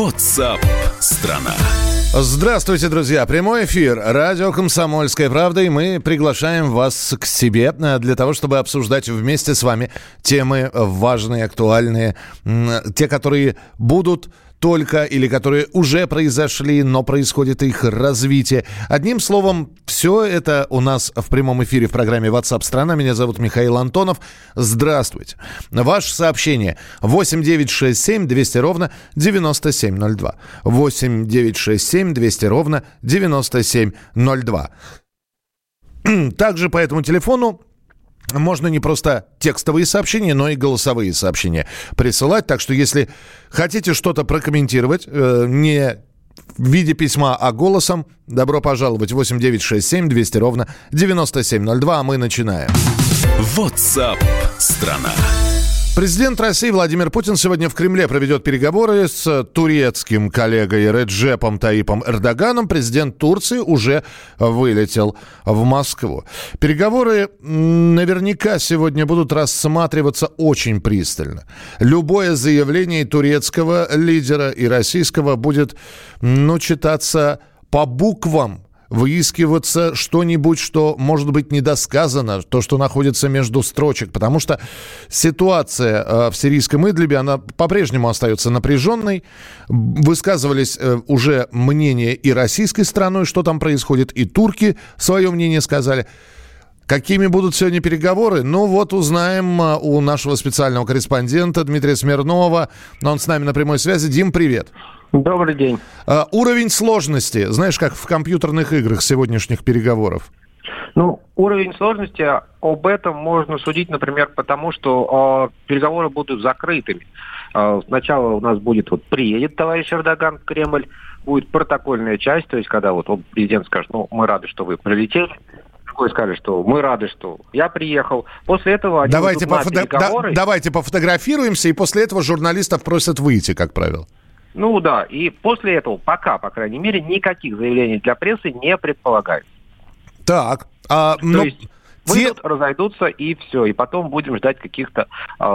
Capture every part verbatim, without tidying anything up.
WhatsApp страна. Здравствуйте, друзья. Прямой эфир. Радио «Комсомольская правда». И мы приглашаем вас к себе для того, чтобы обсуждать вместе с вами темы важные, актуальные. Те, которые будут только или которые уже произошли, но происходит их развитие. Одним словом, все это у нас в прямом эфире в программе WhatsApp страна. Меня зовут Михаил Антонов. Здравствуйте. Ваше сообщение восемь девятьсот шестьдесят семь двести ровно девяносто семь ноль два. восемь девятьсот шестьдесят семь двести ровно девяносто семь ноль два. Также по этому телефону можно не просто текстовые сообщения, но и голосовые сообщения присылать. Так что, если хотите что-то прокомментировать, э, не в виде письма, а голосом, добро пожаловать. восемь девятьсот шестьдесят семь двести ровно девяносто семь ноль два. А мы начинаем. WhatsApp страна. Президент России Владимир Путин сегодня в Кремле проведет переговоры с турецким коллегой Реджепом Таyyипом Эрдоганом. Президент Турции уже вылетел в Москву. Переговоры наверняка сегодня будут рассматриваться очень пристально. Любое заявление турецкого лидера и российского будет, ну, читаться по буквам. Выискиваться что-нибудь, что, может быть, недосказано, то, что находится между строчек. Потому что ситуация э, в сирийском Идлибе, она по-прежнему остается напряженной. Высказывались э, уже мнения и российской стороной, что там происходит, и турки свое мнение сказали. Какими будут сегодня переговоры? Ну вот узнаем у нашего специального корреспондента Дмитрия Смирнова. Он с нами на прямой связи. Дим, привет. Добрый день. Uh, уровень сложности, знаешь, как в компьютерных играх сегодняшних переговоров? Ну, уровень сложности, об этом можно судить, например, потому что э, переговоры будут закрытыми. Э, сначала у нас будет, вот приедет товарищ Эрдоган в Кремль, будет протокольная часть, то есть когда вот он, президент скажет, ну, мы рады, что вы прилетели. Другой скажет, что мы рады, что я приехал. После этого они давайте, идут на пофото- переговоры. Да, давайте пофотографируемся, и после этого журналистов просят выйти, как правило. Ну да, и после этого пока, по крайней мере, никаких заявлений для прессы не предполагается. Так. А, То но... есть выйдут, те... разойдутся, и все. И потом будем ждать каких-то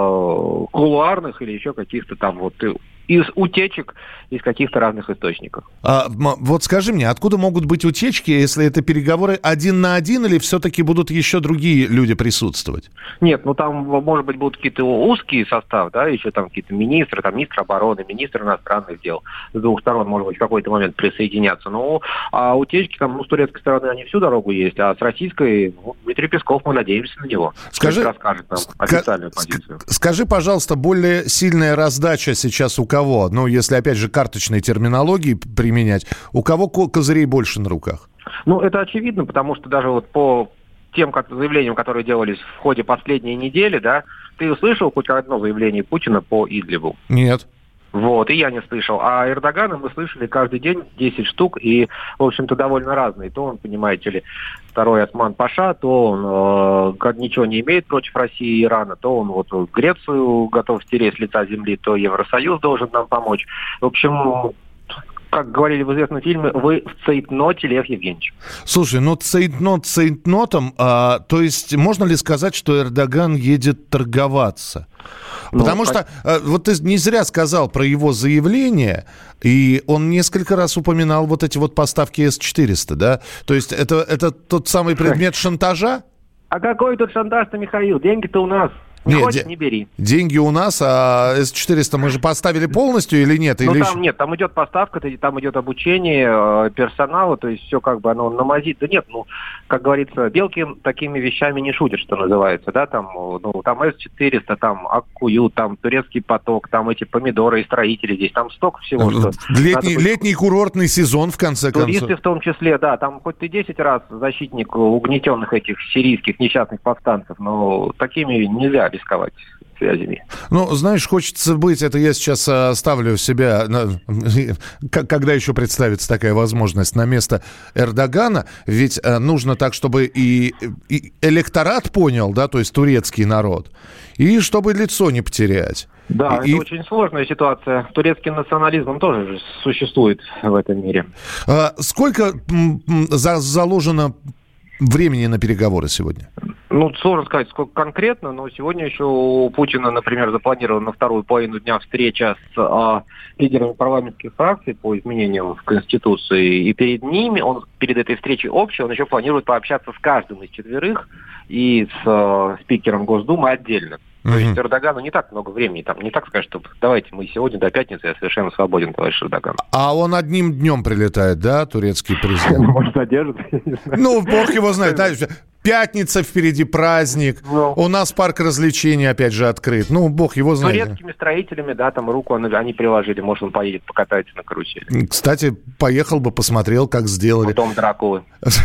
э, кулуарных или еще каких-то там вот из утечек из каких-то разных источников. А, вот скажи мне, откуда могут быть утечки, если это переговоры один на один, или все-таки будут еще другие люди присутствовать? Нет, ну там, может быть, будут какие-то узкие составы, да, еще там какие-то министры, там министр обороны, министр иностранных дел. С двух сторон, может быть, в какой-то момент присоединятся. Ну, а утечки там, ну, с турецкой стороны они всю дорогу есть, а с российской, ну, Дмитрий Песков, мы надеемся на него. Скажи, расскажет нам официальную позицию. Скажи, пожалуйста, более сильная раздача сейчас у кого? Ну, если, опять же, карточной терминологии применять, у кого козырей больше на руках? Ну, это очевидно, потому что даже вот по тем заявлениям, которые делались в ходе последней недели, да, ты услышал хоть одно заявление Путина по Идлибу? Нет. Вот, и я не слышал. А Эрдогана мы слышали каждый день десять штук, и, в общем-то, довольно разные. То он, понимаете ли, второй Осман Паша, то он э, ничего не имеет против России и Ирана, то он вот Грецию готов стереть с лица земли, то Евросоюз должен нам помочь. В общем, как говорили в известном фильме, вы в цейтноте, Лев Евгеньевич. Слушай, ну цейтнот цейтнотом, а, то есть можно ли сказать, что Эрдоган едет торговаться? Потому ну, что а... вот ты не зря сказал про его заявление, и он несколько раз упоминал вот эти вот поставки эс четыреста, да? То есть это, это тот самый предмет шантажа? А какой тут шантаж-то, Михаил? Деньги-то у нас. Не нет, хочешь, де- не бери. Деньги у нас, а эс четыреста мы же поставили полностью или нет? Ну или там еще... нет, там идет поставка, там идет обучение э, персонала, то есть все как бы оно на мази. Да нет, ну, как говорится, белки такими вещами не шутят, что называется, да, там, ну, там эс четыреста, там Аккую, там турецкий поток, там эти помидоры и строители здесь, там столько всего, что... Летний, быть... летний курортный сезон, в конце концов. Туристы в том числе, да, там хоть ты десять раз защитник угнетенных этих сирийских несчастных повстанцев, но такими нельзя рисковать связями. Ну, знаешь, хочется быть, это я сейчас ставлю себя, когда еще представится такая возможность, на место Эрдогана, ведь нужно так, чтобы и, и электорат понял, да, то есть турецкий народ, и чтобы лицо не потерять. Да, и... это очень сложная ситуация. Турецкий национализм тоже существует в этом мире. А сколько за- заложено времени на переговоры сегодня? Ну, сложно сказать, сколько конкретно, но сегодня еще у Путина, например, запланирована на вторую половину дня встреча с а, лидерами парламентских фракций по изменениям в Конституции. И перед ними, он перед этой встречей общей, он еще планирует пообщаться с каждым из четверых и с а, спикером Госдумы отдельно. То есть Эрдогану не так много времени, там не так сказать, что давайте мы сегодня до пятницы, я совершенно свободен, товарищ Эрдоган. А он одним днем прилетает, да, турецкий президент? Может, задержится? Ну, бог его знает, знаешь, пятница впереди, праздник, ну, у нас парк развлечений опять же открыт, ну, бог его знает. Турецкими строителями, да, там руку они приложили, может, он поедет покатается на карусели. Кстати, поехал бы, посмотрел, как сделали. Дом Дракулы.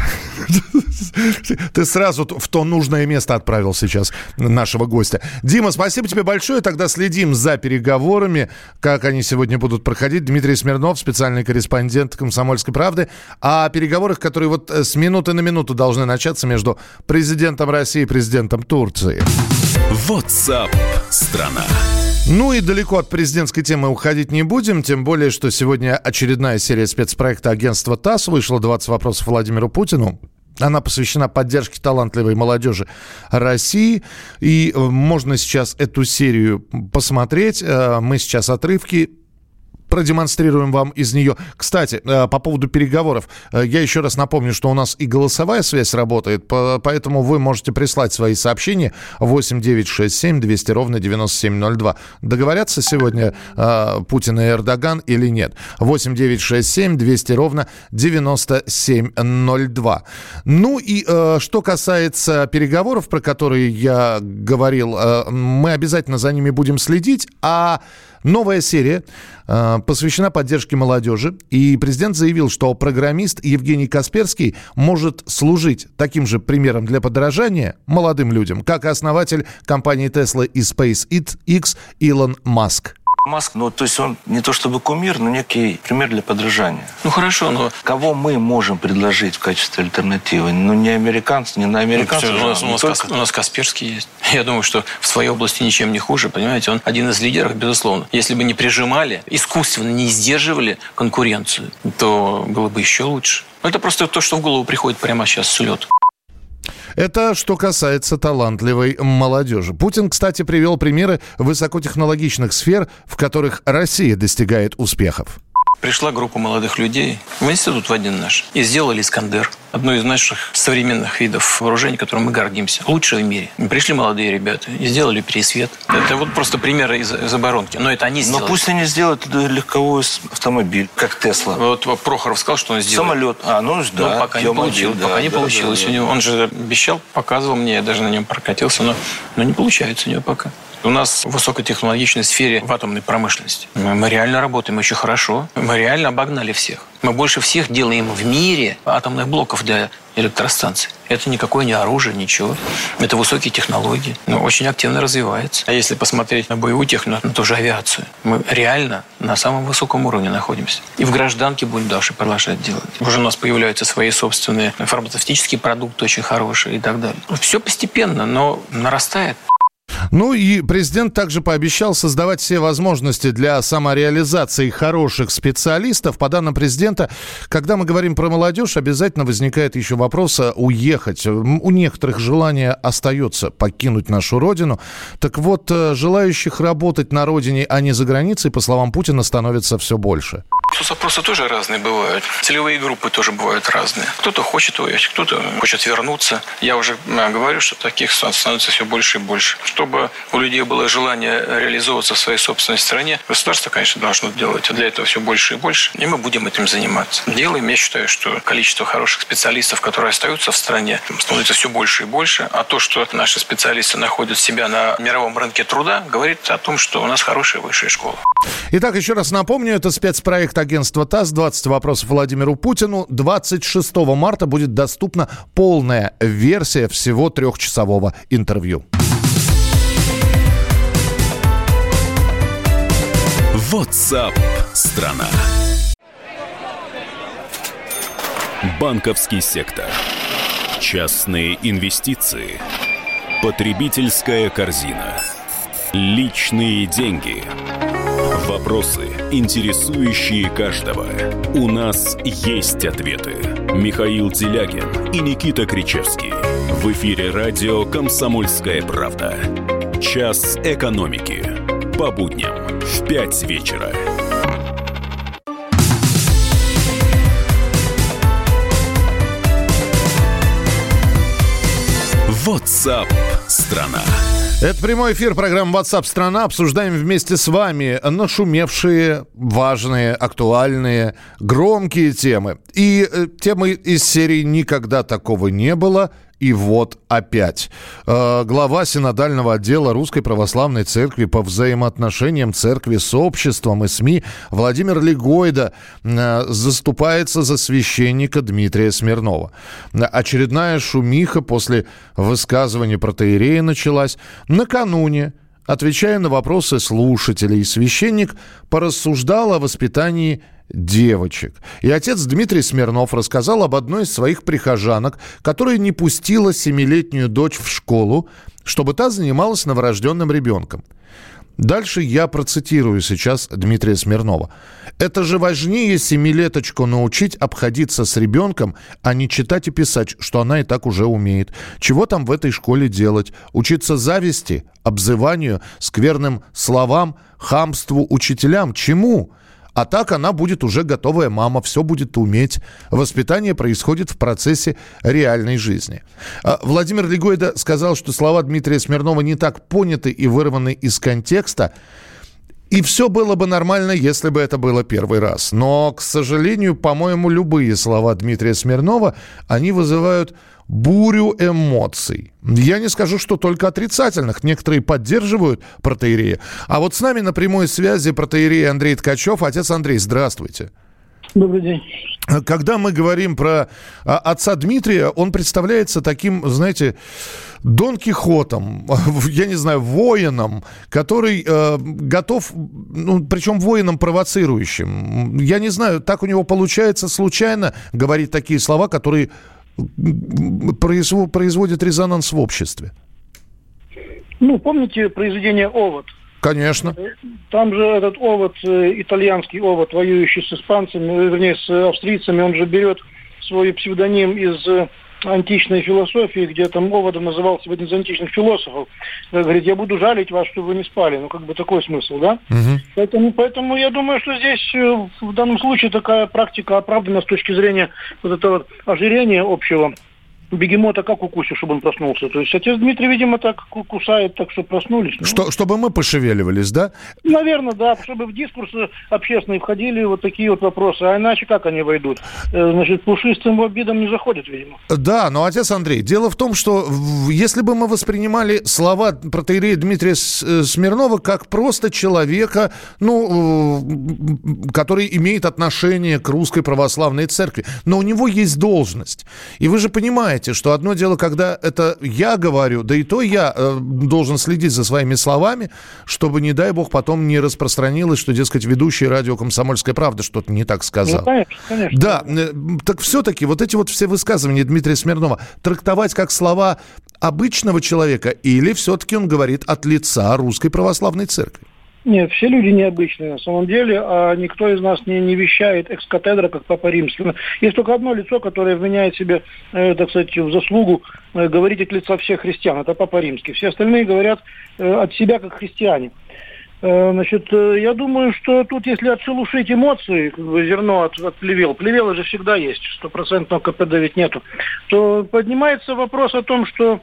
Ты сразу в то нужное место отправил сейчас нашего гостя. Дима, спасибо тебе большое. Тогда следим за переговорами, как они сегодня будут проходить. Дмитрий Смирнов, специальный корреспондент «Комсомольской правды». О переговорах, которые вот с минуты на минуту должны начаться между президентом России и президентом Турции. WhatsApp страна. Ну и далеко от президентской темы уходить не будем, тем более, что сегодня очередная серия спецпроекта агентства ТАСС вышла «двадцать вопросов Владимиру Путину». Она посвящена поддержке талантливой молодежи России. И можно сейчас эту серию посмотреть. Мы сейчас отрывки продемонстрируем вам из нее. Кстати, по поводу переговоров. Я еще раз напомню, что у нас и голосовая связь работает, поэтому вы можете прислать свои сообщения восемь девятьсот шестьдесят семь двести ровно девяносто семь ноль два. Договорятся сегодня Путин и Эрдоган или нет? восемь девятьсот шестьдесят семь двести ровно девяносто семь ноль два. Ну и что касается переговоров, про которые я говорил, мы обязательно за ними будем следить, а новая серия э, посвящена поддержке молодежи. И президент заявил, что программист Евгений Касперский может служить таким же примером для подражания молодым людям, как и основатель компании Tesla и SpaceX Илон Маск. Маск, ну, то есть он не то чтобы кумир, но некий пример для подражания. Ну, хорошо, но кого мы можем предложить в качестве альтернативы? Ну, не американцы, не на американцев. Ну, у, нас, у, нас только... Кас, у нас Касперский есть. Я думаю, что в своей области ничем не хуже, понимаете? Он один из лидеров, безусловно. Если бы не прижимали, искусственно не сдерживали конкуренцию, то было бы еще лучше. Но это просто то, что в голову приходит прямо сейчас с лету. Это что касается талантливой молодежи. Путин, кстати, привел примеры высокотехнологичных сфер, в которых Россия достигает успехов. Пришла группа молодых людей в институт в один наш и сделали «Искандер». Одно из наших современных видов вооружений, которым мы гордимся. Лучшее в мире. Пришли молодые ребята и сделали пересвет. Это вот просто примеры из, из оборонки. Но это они сделали. Но пусть они сделают легковой автомобиль, как Тесла. Вот Прохоров сказал, что он сделал. Самолет. А, ну да. Но пока не получилось. Да, пока не да, получилось да, да, у него. Он же обещал, показывал мне, я даже на нем прокатился, но, но не получается у него пока. У нас в высокотехнологичной сфере в атомной промышленности. Мы, мы реально работаем очень хорошо. Мы реально обогнали всех. Мы больше всех делаем в мире атомных блоков для электростанций. Это никакое не оружие, ничего. Это высокие технологии. Но очень активно развивается. А если посмотреть на боевую технику, на ту же авиацию, мы реально на самом высоком уровне находимся. И в гражданке будем дальше продолжать делать. Уже у нас появляются свои собственные фармацевтические продукты очень хорошие и так далее. Все постепенно, но нарастает. Ну и президент также пообещал создавать все возможности для самореализации хороших специалистов. По данным президента, когда мы говорим про молодежь, обязательно возникает еще вопрос уехать. У некоторых желание остается покинуть нашу родину. Так вот, желающих работать на родине, а не за границей, по словам Путина, становится все больше. Запросы тоже разные бывают. Целевые группы тоже бывают разные. Кто-то хочет уехать, кто-то хочет вернуться. Я уже говорю, что таких становится все больше и больше. Чтобы у людей было желание реализовываться в своей собственной стране, государство, конечно, должно делать. А для этого все больше и больше. И мы будем этим заниматься. Делаем. Я считаю, что количество хороших специалистов, которые остаются в стране, становится все больше и больше. А то, что наши специалисты находят себя на мировом рынке труда, говорит о том, что у нас хорошая высшая школа. Итак, еще раз напомню, это спецпроект агентства ТАСС «двадцать вопросов Владимиру Путину». двадцать шестого марта будет доступна полная версия всего трехчасового интервью. WhatsApp страна. Банковский сектор. Частные инвестиции. Потребительская корзина. Личные деньги. Вопросы, интересующие каждого. У нас есть ответы. Михаил Делягин и Никита Кричевский. В эфире радио «Комсомольская правда». Час экономики. По будням в пять вечера. WhatsApp страна. Это прямой эфир программы WhatsApp страна. Обсуждаем вместе с вами нашумевшие, важные, актуальные, громкие темы. И э, темы из серии «Никогда такого не было». И вот опять. Э, глава синодального отдела Русской Православной Церкви по взаимоотношениям церкви с обществом и СМИ Владимир Легойда э, заступается за священника Дмитрия Смирнова. Очередная шумиха после высказывания протоиерея началась. Накануне, отвечая на вопросы слушателей, священник порассуждал о воспитании девочек. И отец Дмитрий Смирнов рассказал об одной из своих прихожанок, которая не пустила семилетнюю дочь в школу, чтобы та занималась новорожденным ребенком. Дальше я процитирую сейчас Дмитрия Смирнова. «Это же важнее семилеточку научить обходиться с ребенком, а не читать и писать, что она и так уже умеет. Чего там в этой школе делать? Учиться зависти, обзыванию, скверным словам, хамству учителям? Чему? А так она будет уже готовая мама, все будет уметь. Воспитание происходит в процессе реальной жизни». Владимир Легойда сказал, что слова Дмитрия Смирнова не так поняты и вырваны из контекста. И все было бы нормально, если бы это было первый раз. Но, к сожалению, по-моему, любые слова Дмитрия Смирнова, они вызывают бурю эмоций. Я не скажу, что только отрицательных. Некоторые поддерживают протоиерея. А вот с нами на прямой связи протоиерей Андрей Ткачев. Отец Андрей, здравствуйте. Добрый день. Когда мы говорим про отца Дмитрия, он представляется таким, знаете, Дон Кихотом, я не знаю, воином, который э, готов, ну, причем воином провоцирующим. Я не знаю, так у него получается случайно говорить такие слова, которые производят резонанс в обществе. Ну, помните произведение «Овод»? Конечно. Там же этот овод, итальянский овод, воюющий с испанцами, вернее, с австрийцами, он же берет свой псевдоним из античной философии, где там оводом называл себя один из античных философов. Говорит, я буду жалить вас, чтобы вы не спали. Ну, как бы такой смысл, да? Угу. Поэтому, поэтому я думаю, что здесь в данном случае такая практика оправдана с точки зрения вот этого вот ожирения общего. Бегемота как укусишь, чтобы он проснулся? То есть отец Дмитрий, видимо, так кусает, так что проснулись. Ну. Что, чтобы мы пошевеливались, да? Наверное, да, чтобы в дискурс общественный входили вот такие вот вопросы. А иначе как они войдут? Значит, пушистым обидом не заходят, видимо. Да, но, отец Андрей, дело в том, что если бы мы воспринимали слова протоиерея Дмитрия Смирнова как просто человека, ну, который имеет отношение к Русской Православной Церкви, но у него есть должность. И вы же понимаете, что одно дело, когда это я говорю, да и то я э, должен следить за своими словами, чтобы, не дай бог, потом не распространилось, что, дескать, ведущий радио «Комсомольская правда» что-то не так сказал. Ну, конечно, конечно. Да, э, так все-таки вот эти вот все высказывания Дмитрия Смирнова трактовать как слова обычного человека или все-таки он говорит от лица Русской Православной Церкви? Нет, все люди необычные на самом деле, а никто из нас не, не вещает экс-катедра, как Папа Римский. Есть только одно лицо, которое вменяет себе, э, так сказать, в заслугу э, говорить от лица всех христиан. Это Папа Римский. Все остальные говорят э, от себя как христиане. Э, значит, э, я думаю, что тут, если отшелушить эмоции, как бы зерно от, от плевел, плевела же всегда есть, стопроцентного КПД ведь нету, то поднимается вопрос о том, что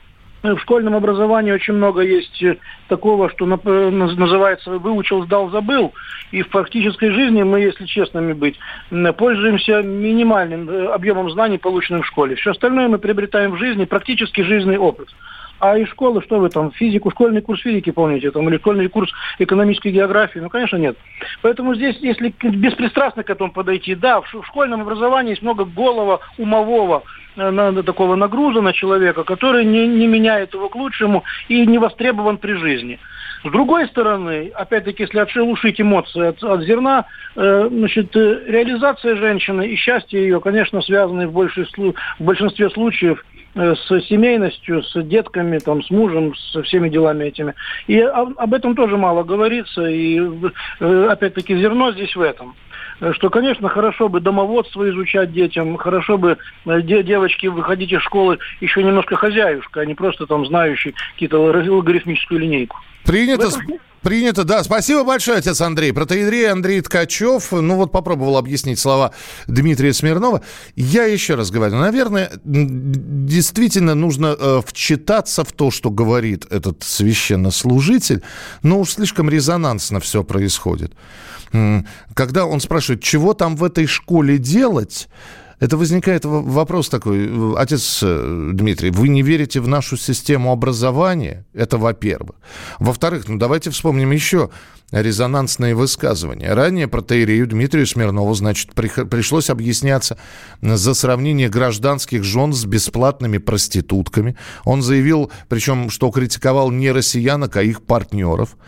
в школьном образовании очень много есть такого, что называется «выучил, сдал, забыл». И в практической жизни мы, если честными быть, пользуемся минимальным объемом знаний, полученным в школе. Все остальное мы приобретаем в жизни, практически жизненный опыт. А из школы, что вы там, физику, школьный курс физики помните, там, или школьный курс экономической географии? Ну, конечно, нет. Поэтому здесь, если беспристрастно к этому подойти, да, в школьном образовании есть много голого, умового, на, такого нагруза на человека, который не, не меняет его к лучшему и не востребован при жизни. С другой стороны, опять-таки, если отшелушить эмоции от, от зерна, э, значит, реализация женщины и счастье ее, конечно, связаны в, большей, в большинстве случаев с семейностью, с детками, там, с мужем, со всеми делами этими. И об этом тоже мало говорится, и опять-таки зерно здесь в этом. Что, конечно, хорошо бы домоводство изучать детям, хорошо бы девочки выходить из школы еще немножко хозяюшка, а не просто там знающие какие-то логарифмическую линейку. Принято, принято, да. Спасибо большое, отец Андрей. Протоиерей Андрей Ткачев, ну вот попробовал объяснить слова Дмитрия Смирнова. Я еще раз говорю, наверное, действительно нужно э, вчитаться в то, что говорит этот священнослужитель, но уж слишком резонансно все происходит. Когда он спрашивает, чего там в этой школе делать, это возникает вопрос такой: отец Дмитрий, вы не верите в нашу систему образования? Это во-первых. Во-вторых, ну давайте вспомним еще резонансные высказывания. Ранее протоиерею Дмитрию Смирнову, значит, пришлось объясняться за сравнение гражданских жен с бесплатными проститутками. Он заявил, причем, что критиковал не россиянок, а их партнеров.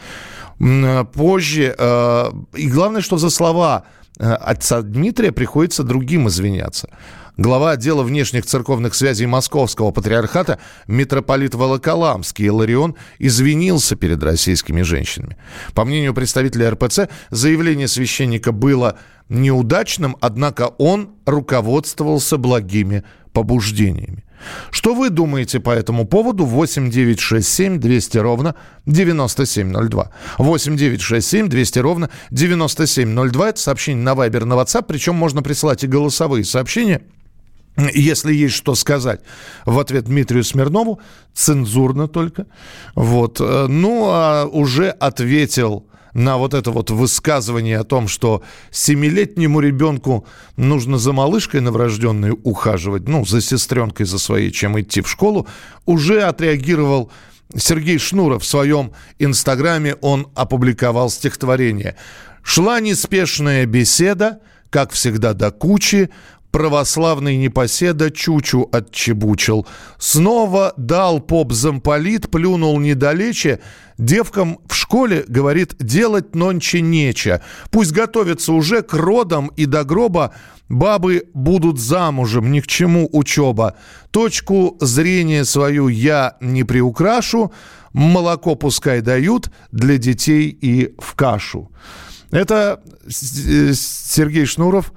Позже, э, и главное, что за слова отца Дмитрия приходится другим извиняться. Глава отдела внешних церковных связей Московского патриархата митрополит Волоколамский Иларион извинился перед российскими женщинами. По мнению представителя эр пэ цэ, заявление священника было неудачным, однако он руководствовался благими побуждениями. Что вы думаете по этому поводу? восемь девятьсот шестьдесят семь двести ровно девяносто семь ноль два. восемь девятьсот шестьдесят семь двести ровно девяносто семь ноль два. Это сообщение на Вайбер, на WhatsApp. Причем можно присылать и голосовые сообщения, если есть что сказать в ответ Дмитрию Смирнову. Цензурно только. Вот. Ну, а уже ответил на вот это вот высказывание о том, что семилетнему ребенку нужно за малышкой новорожденной ухаживать, ну, за сестренкой за своей, чем идти в школу, уже отреагировал Сергей Шнуров. В своем инстаграме он опубликовал стихотворение. «Шла неспешная беседа, как всегда до кучи, православный непоседа чучу отчебучил. Снова дал поп замполит, плюнул недалече. Девкам в школе, говорит, делать нонче нече. Пусть готовятся уже к родам и до гроба. Бабы будут замужем, ни к чему учеба. Точку зрения свою я не приукрашу. Молоко пускай дают для детей и в кашу». Это Сергей Шнуров,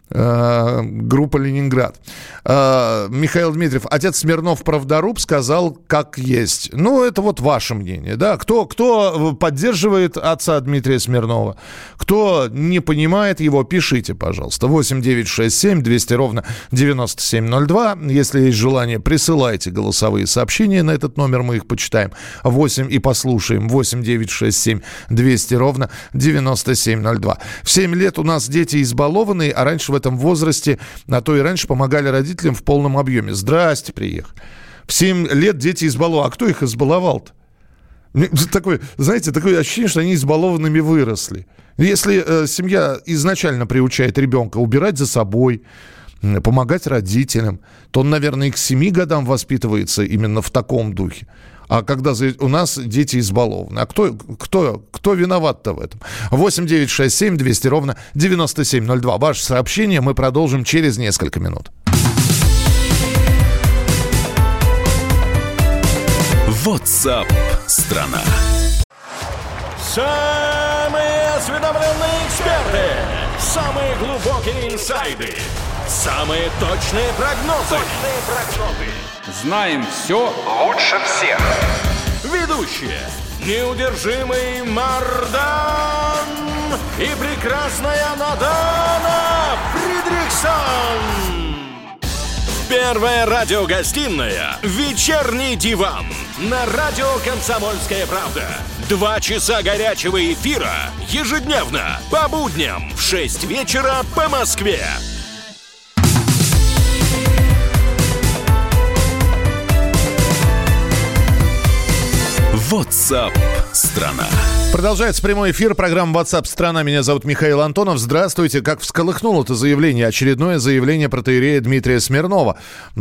группа «Ленинград». Михаил Дмитриев. Отец Смирнов правдоруб, сказал, как есть. Ну, это вот ваше мнение, да? Кто, кто поддерживает отца Дмитрия Смирнова? Кто не понимает его, пишите, пожалуйста. восемь девятьсот шестьдесят семь двести ровно девяносто семь ноль два. Если есть желание, присылайте голосовые сообщения на этот номер, мы их почитаем. восемь и послушаем. восемь девятьсот шестьдесят семь двести ровно девяносто семь ноль два. В семь лет у нас дети избалованные, а раньше в этом возрасте, а то и раньше помогали родителям в полном объеме. Здрасте, приехали. В семь лет дети избалованы. А кто их избаловал-то? Такое, знаете, такое ощущение, что они избалованными выросли. Если э, семья изначально приучает ребенка убирать за собой, помогать родителям, то он, наверное, и к семи годам воспитывается именно в таком духе. А когда у нас дети избалованы. А кто, кто, кто виноват-то в этом? восемь девятьсот шестьдесят семь двести ровно девяносто семь ноль два. Ваше сообщение мы продолжим через несколько минут. WhatsApp страна. Самые осведомленные эксперты, самые глубокие инсайды, самые точные прогнозы. Точные прогнозы. Знаем все лучше всех. Ведущие: неудержимый Мардан и прекрасная Надана Фридрихсон. Первая радиогостинная «Вечерний диван» на радио «Комсомольская правда». Два часа горячего эфира ежедневно по будням в шесть вечера по Москве. WhatsApp страна. Продолжается прямой эфир программы WhatsApp страна. Меня зовут Михаил Антонов. Здравствуйте. Как всколыхнуло это заявление? Очередное заявление протоиерея Дмитрия Смирнова.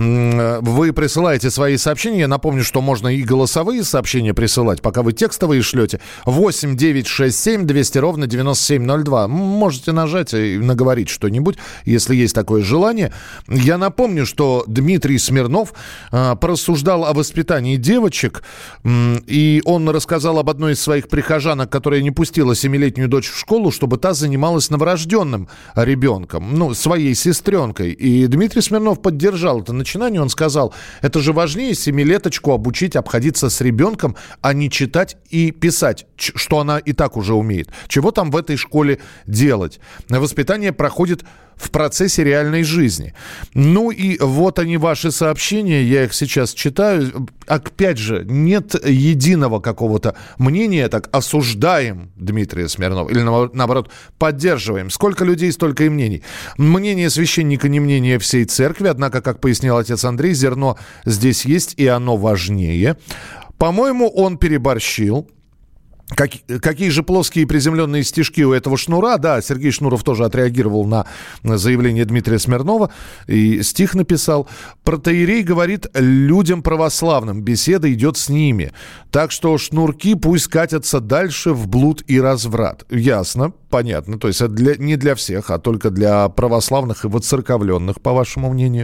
Вы присылаете свои сообщения. Я напомню, что можно и голосовые сообщения присылать, пока вы текстовые шлете. восемь девятьсот шестьдесят семь двести ровно девяносто семь ноль два. Можете нажать и наговорить что-нибудь, если есть такое желание. Я напомню, что Дмитрий Смирнов э, порассуждал о воспитании девочек, э, и он рассказал об одной из своих прихожан, которая не пустила семилетнюю дочь в школу, чтобы та занималась новорожденным ребенком, ну, своей сестренкой. И Дмитрий Смирнов поддержал это начинание. Он сказал, это же важнее семилеточку обучить обходиться с ребенком, а не читать и писать, что она и так уже умеет. Чего там в этой школе делать? Воспитание проходит в процессе реальной жизни. Ну и вот они, ваши сообщения, я их сейчас читаю. Опять же, нет единого какого-то мнения, так осуждаем Дмитрия Смирнова или наоборот поддерживаем. Сколько людей, столько и мнений. Мнение священника не мнение всей церкви, однако, как пояснил отец Андрей, зерно здесь есть, и оно важнее. По-моему, он переборщил. Как, какие же плоские приземленные стишки у этого Шнура. Да, Сергей Шнуров тоже отреагировал на заявление Дмитрия Смирнова и стих написал. Протоиерей говорит людям православным, беседа идет с ними. Так что шнурки пусть катятся дальше в блуд и разврат. Ясно, понятно. То есть это для, не для всех, а только для православных и воцерковленных, по вашему мнению.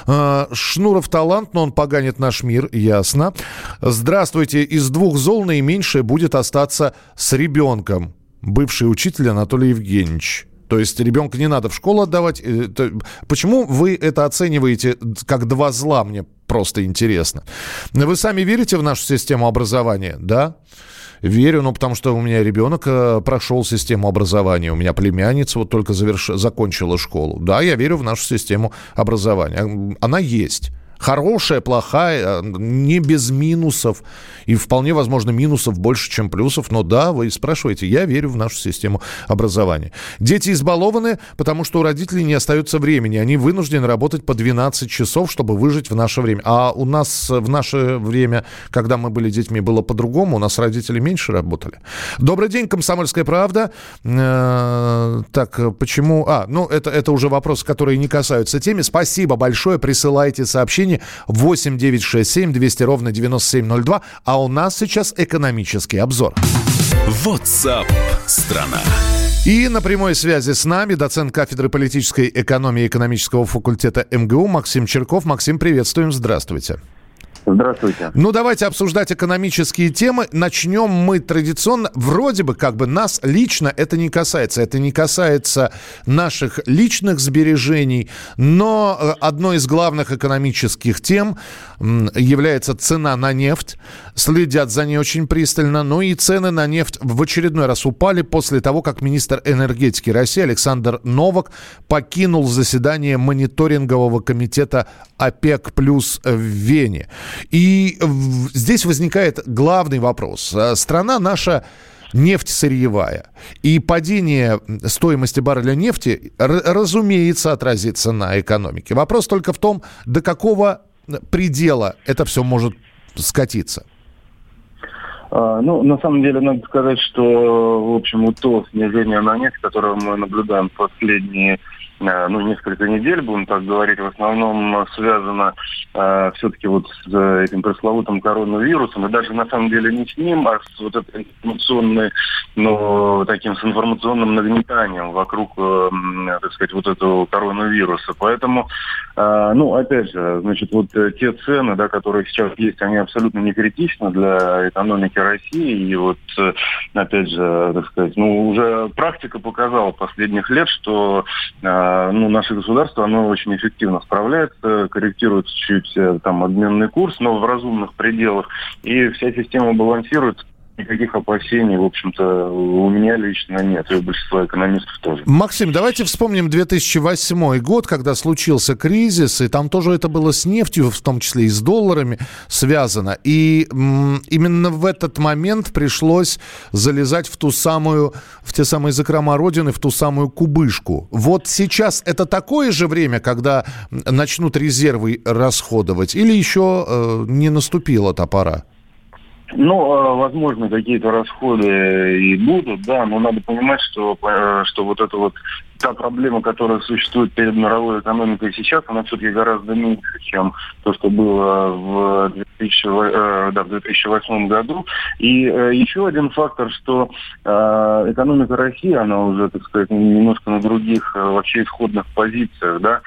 Шнуров талант, но он поганит наш мир. Ясно. Здравствуйте. Из двух зол наименьшее будет остаться с ребенком. Бывший учитель Анатолий Евгеньевич. То есть ребенка не надо в школу отдавать. Почему вы это оцениваете как два зла? Мне просто интересно. Вы сами верите в нашу систему образования? Да? Верю, ну, потому что у меня ребенок э, прошел систему образования. У меня племянница вот только заверш... закончила школу. Да, я верю в нашу систему образования. Она есть. Хорошая, плохая, не без минусов. И вполне возможно минусов больше, чем плюсов. Но да, вы спрашиваете, я верю в нашу систему образования. Дети избалованы, потому что у родителей не остается времени. Они вынуждены работать по двенадцать часов, чтобы выжить в наше время. А у нас в наше время, когда мы были детьми, было по-другому. У нас родители меньше работали. Добрый день, «Комсомольская правда». Э-э- так, почему... А, ну, это, это уже вопросы, которые не касаются темы. Спасибо большое. Присылайте сообщения. восемь девятьсот шестьдесят семь двести ровно девяносто семь ноль два. А у нас сейчас экономический обзор. WhatsApp страна. И на прямой связи с нами доцент кафедры политической экономии экономического факультета эм гэ у Максим Чирков. Максим, приветствуем. Здравствуйте. Здравствуйте. Ну, давайте обсуждать экономические темы. Начнем мы традиционно. Вроде бы, как бы нас лично это не касается. Это не касается наших личных сбережений. Но одной из главных экономических тем является цена на нефть. Следят за ней очень пристально. Ну и цены на нефть в очередной раз упали после того, как министр энергетики России Александр Новак покинул заседание мониторингового комитета ОПЕК+ в Вене. И здесь возникает главный вопрос. Страна наша нефть сырьевая. И падение стоимости барреля нефти, разумеется, отразится на экономике. Вопрос только в том, до какого предела это все может скатиться. Ну, на самом деле, надо сказать, что, в общем, вот то снижение на нефть, которое мы наблюдаем в последние ну, несколько недель, будем так говорить, в основном связано э, все-таки вот с этим пресловутым коронавирусом, и даже на самом деле не с ним, а с вот этой информационной, ну, таким с информационным нагнетанием вокруг, э, так сказать, вот этого коронавируса. Поэтому, э, ну, опять же, значит, вот те цены, да, которые сейчас есть, они абсолютно не критичны для экономики России, и вот, опять же, так сказать, ну, уже практика показала последних лет, что э, ну, наше государство, оно очень эффективно справляется, корректирует чуть там обменный курс, но в разумных пределах, и вся система балансирует. Никаких опасений, в общем-то, у меня лично нет, и у большинства экономистов тоже. Максим, давайте вспомним две тысячи восьмой год, когда случился кризис, и там тоже это было с нефтью, в том числе и с долларами связано. И м- именно в этот момент пришлось залезать в ту самую, в те самые закрома Родины, в ту самую кубышку. Вот сейчас это такое же время, когда начнут резервы расходовать, или еще э, не наступила та пора? Ну, возможно, какие-то расходы и будут, да, но надо понимать, что, что вот эта вот та проблема, которая существует перед мировой экономикой сейчас, она все-таки гораздо меньше, чем то, что было в две тысячи, да, в две тысячи восьмом году. И э, еще один фактор, что э, экономика России, она уже, так сказать, немножко на других э, вообще исходных позициях, да.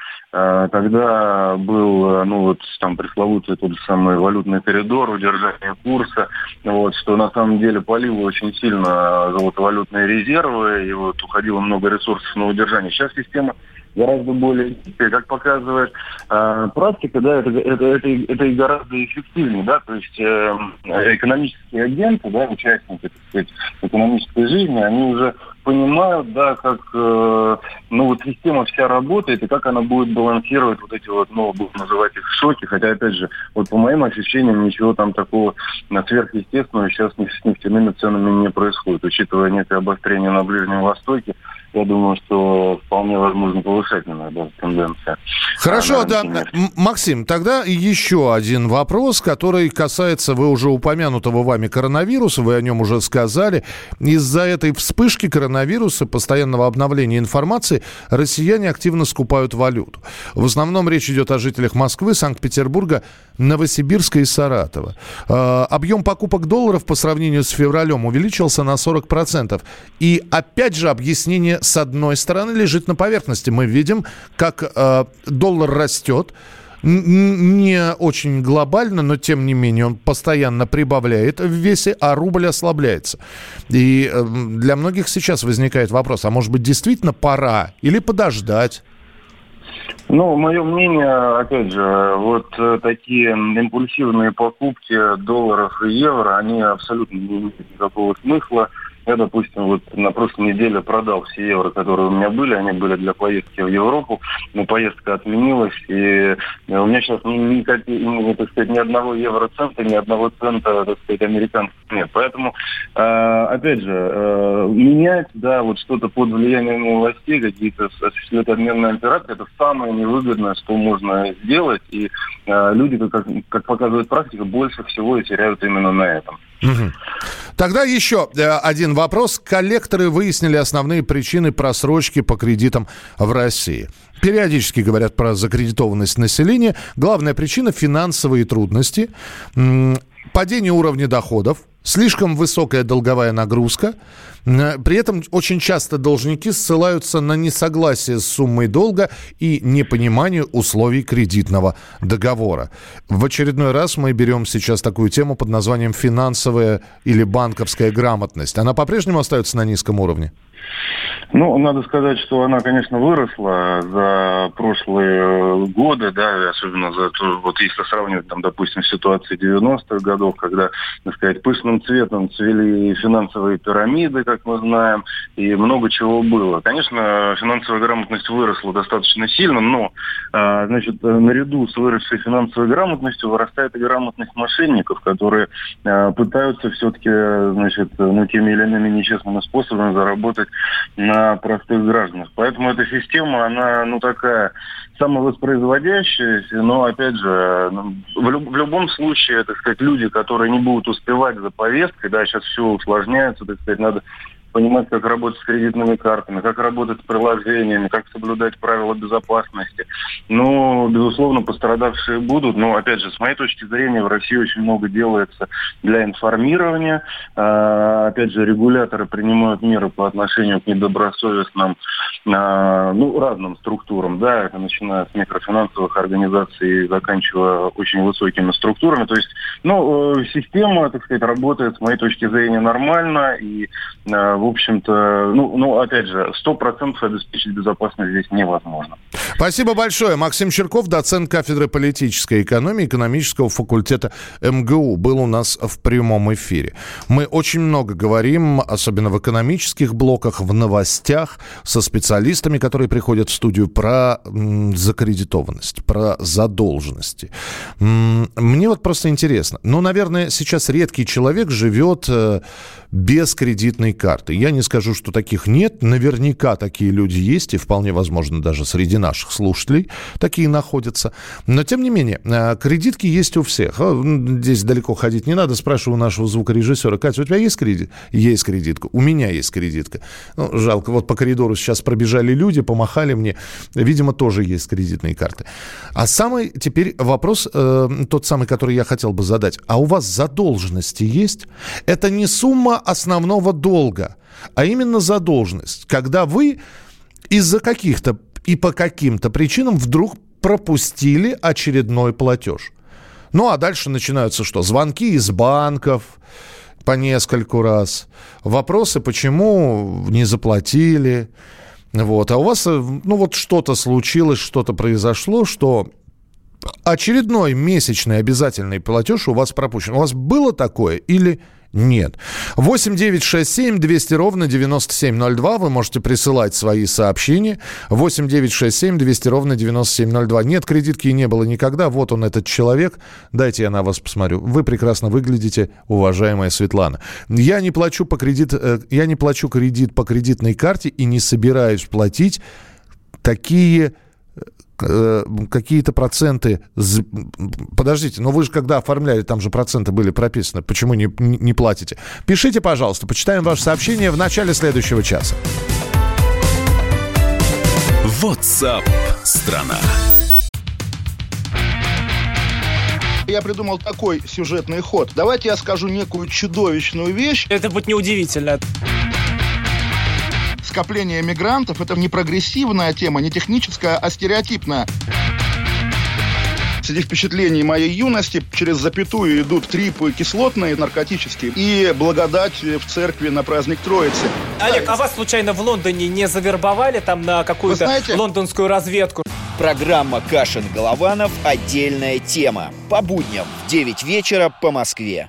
Тогда был, ну вот, там пресловутый тот же самый валютный коридор, удержание курса, вот, что на самом деле палило очень сильно золотовалютные резервы, и вот уходило много ресурсов на удержание. Сейчас система гораздо более, как показывает э, практика, да, это, это, это, это и гораздо эффективнее, да, то есть э, экономические агенты, да, участники, так сказать, экономической жизни, они уже понимают, да, как, э, ну, вот система вся работает и как она будет балансировать вот эти вот, ну, будем называть их шоки, хотя, опять же, вот по моим ощущениям, ничего там такого сверхъестественного сейчас с нефтяными ценами не происходит, учитывая некое обострение на Ближнем Востоке. Я думаю, что вполне возможно повышательная, да, тенденция. Хорошо, а, да. М- Максим, тогда еще один вопрос, который касается, вы уже упомянутого вами коронавируса, вы о нем уже сказали. Из-за этой вспышки коронавируса, постоянного обновления информации, россияне активно скупают валюту. В основном речь идет о жителях Москвы, Санкт-Петербурга, Новосибирска и Саратова. Э, объем покупок долларов по сравнению с февралем увеличился на сорок процентов. И опять же объяснение с одной стороны лежит на поверхности. Мы видим, как э, доллар растет, н- не очень глобально, но тем не менее он постоянно прибавляет в весе, а рубль ослабляется. И э, для многих сейчас возникает вопрос, а может быть действительно пора или подождать? Ну, мое мнение, опять же, вот такие импульсивные покупки долларов и евро, они абсолютно не имеют никакого смысла. Я, допустим, вот на прошлой неделе продал все евро, которые у меня были. Они были для поездки в Европу, но поездка отменилась. И у меня сейчас ни, ни, ни, так сказать, ни одного евроцента, ни одного цента, так сказать, американского нет. Поэтому, э, опять же, э, менять, да, вот что-то под влиянием властей, какие-то осуществлять обменные операции, это самое невыгодное, что можно сделать. И э, люди, как, как показывает практика, больше всего и теряют именно на этом. Угу. Тогда еще один вопрос. Коллекторы выяснили основные причины просрочки по кредитам в России. Периодически говорят про закредитованность населения. Главная причина – финансовые трудности, падение уровня доходов, слишком высокая долговая нагрузка. При этом очень часто должники ссылаются на несогласие с суммой долга и непонимание условий кредитного договора. В очередной раз мы берем сейчас такую тему под названием «финансовая или банковская грамотность». Она по-прежнему остается на низком уровне? Ну, надо сказать, что она, конечно, выросла за прошлые годы, да, особенно за то, вот если сравнивать, там, допустим, с ситуацией девяностых годов, когда, так сказать, пышным цветом цвели финансовые пирамиды, как мы знаем, и много чего было. Конечно, финансовая грамотность выросла достаточно сильно, но, значит, наряду с выросшей финансовой грамотностью вырастает и грамотность мошенников, которые пытаются все-таки, значит, ну, теми или иными нечестными способами заработать на простых гражданах. Поэтому эта система, она, ну, такая самовоспроизводящаяся, но, опять же, в, люб- в любом случае, так сказать, люди, которые не будут успевать за повесткой, да, сейчас все усложняется, так сказать, надо понимать, как работать с кредитными картами, как работать с приложениями, как соблюдать правила безопасности. Ну, безусловно, пострадавшие будут, но, опять же, с моей точки зрения, в России очень много делается для информирования. А, опять же, регуляторы принимают меры по отношению к недобросовестным, а, ну, разным структурам, да, это начиная с микрофинансовых организаций и заканчивая очень высокими структурами. То есть, ну, система, так сказать, работает, с моей точки зрения, нормально, и в общем-то, ну, ну, опять же, сто процентов обеспечить безопасность здесь невозможно. Спасибо большое. Максим Черков, доцент кафедры политической экономии экономического факультета эм гэ у, был у нас в прямом эфире. Мы очень много говорим, особенно в экономических блоках, в новостях, со специалистами, которые приходят в студию, про м, закредитованность, про задолженности. М, мне вот просто интересно. Ну, наверное, сейчас редкий человек живет э, без кредитной карты. Я не скажу, что таких нет. Наверняка такие люди есть, и вполне возможно даже среди наших наших слушателей такие находятся. Но, тем не менее, кредитки есть у всех. Здесь далеко ходить не надо. Спрашиваю у нашего звукорежиссера: Катя, у тебя есть кредит? Есть кредитка. У меня есть кредитка. Ну, жалко, вот по коридору сейчас пробежали люди, помахали мне. Видимо, тоже есть кредитные карты. А самый теперь вопрос, э, тот самый, который я хотел бы задать. А у вас задолженности есть? Это не сумма основного долга, а именно задолженность. Когда вы из-за каких-то и по каким-то причинам вдруг пропустили очередной платеж. Ну, а дальше начинаются что? Звонки из банков по нескольку раз. Вопросы, почему не заплатили. Вот. А у вас, ну, вот что-то случилось, что-то произошло, что очередной месячный обязательный платеж у вас пропущен. У вас было такое или нет? восемь девятьсот шестьдесят семь двести ровно девяносто семь ноль два. Вы можете присылать свои сообщения. восемь девятьсот шестьдесят семь двести ровно девяносто семь ноль два. Нет, кредитки не было никогда. Вот он, этот человек. Дайте я на вас посмотрю. Вы прекрасно выглядите, уважаемая Светлана. Я не плачу по кредит, я не плачу кредит по кредитной карте и не собираюсь платить такие... какие-то проценты... Подождите, но вы же когда оформляли, там же проценты были прописаны. Почему не, не платите? Пишите, пожалуйста, почитаем ваше сообщение в начале следующего часа. WhatsApp страна. Я придумал такой сюжетный ход. Давайте я скажу некую чудовищную вещь. Это будет неудивительно. Скопление мигрантов – это не прогрессивная тема, не техническая, а стереотипная. Среди впечатлений моей юности через запятую идут трипы кислотные, наркотические, и благодать в церкви на праздник Троицы. Олег, а вас случайно в Лондоне не завербовали там на какую-то знаете... лондонскую разведку? Программа «Кашин-Голованов. Отдельная тема». По будням в девять вечера по Москве.